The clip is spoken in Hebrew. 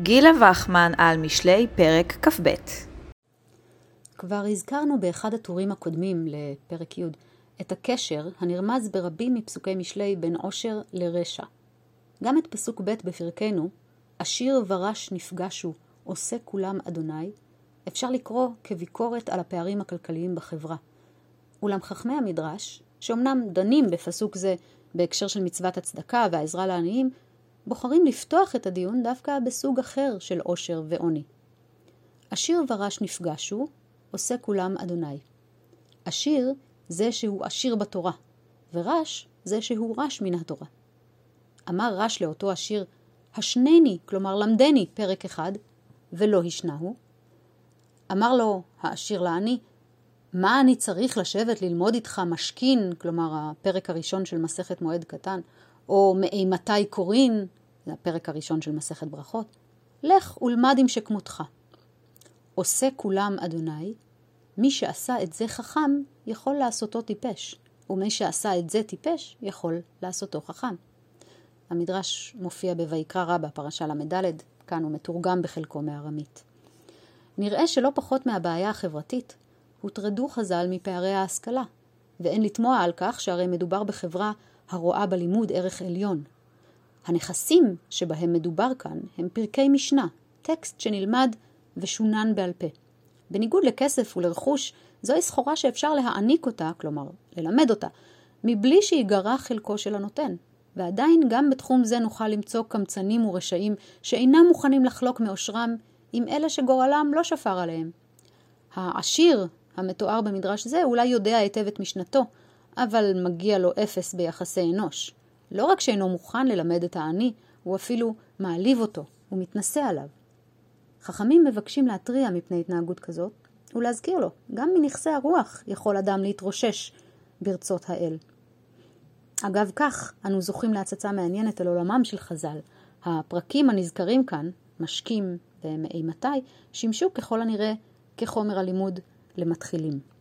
גילה וחמן על משלי פרק כ"ב. כבר הזכרנו באחד הטורים הקודמים לפרק י' את הקשר הנרמז ברבים מפסוקי משלי בין עושר לרשע. גם את פסוק ב' בפרקנו, עשיר ורש נפגשו, עושה כולם אדוני, אפשר לקרוא כביקורת על הפערים הכלכליים בחברה. אולם חכמי המדרש, שאומנם דנים בפסוק זה בהקשר של מצוות הצדקה והעזרה לעניים, בוחרים לפתוח את הדיון דווקא בסוג אחר של עושר ועוני. עשיר ורש נפגשו, עושה כולם אדוני. עשיר זה שהוא עשיר בתורה, ורש זה שהוא רש מן התורה. אמר רש לאותו עשיר, השנני, כלומר למדני, פרק אחד, ולא השנהו. אמר לו העשיר לעני, מה אני צריך לשבת ללמוד איתך משכין, כלומר הפרק הראשון של מסכת מועד קטן, או מאימתי קורין, זה הפרק הראשון של מסכת ברכות, לך ולמד עם שכמותך. עושה כולם אדוני, מי שעשה את זה חכם יכול לעשותו טיפש, ומי שעשה את זה טיפש יכול לעשותו חכם. המדרש מופיע בויקרא רבה, פרשה למדלת, כאן הוא מתורגם בחלקו מארמית. נראה שלא פחות מהבעיה החברתית, הוטרדו חז"ל מפערי ההשכלה, ואין לתמוע על כך שהרי מדובר בחברה הרואה בלימוד ערך עליון. הנכסים שבהם מדובר כאן הם פרקי משנה, טקסט שנלמד ושונן בעל פה. בניגוד לכסף ולרכוש, זוהי סחורה שאפשר להעניק אותה, כלומר ללמד אותה, מבלי שיגרע חלקו של הנותן. ועדיין גם בתחום זה נוכל למצוא קמצנים ורשעים שאינם מוכנים לחלוק מאושרם עם אלה שגורלם לא שפר עליהם. העשיר המתואר במדרש זה אולי יודע היטב את משנתו, אבל מגיע לו אפס ביחסי אנוש. לא רק שאינו מוכן ללמד את העני, הוא אפילו מעליב אותו ומתנשא עליו. חכמים מבקשים להתריע מפני התנהגות כזאת, ולהזכיר לו, גם מנכסי הרוח יכול אדם להתרושש ברצות האל. אגב כך, אנו זוכים להצצה מעניינת על עולמם של חז"ל. הפרקים הנזכרים כאן, משקים ומאימתי, שימשו ככל הנראה כחומר הלימוד למתחילים.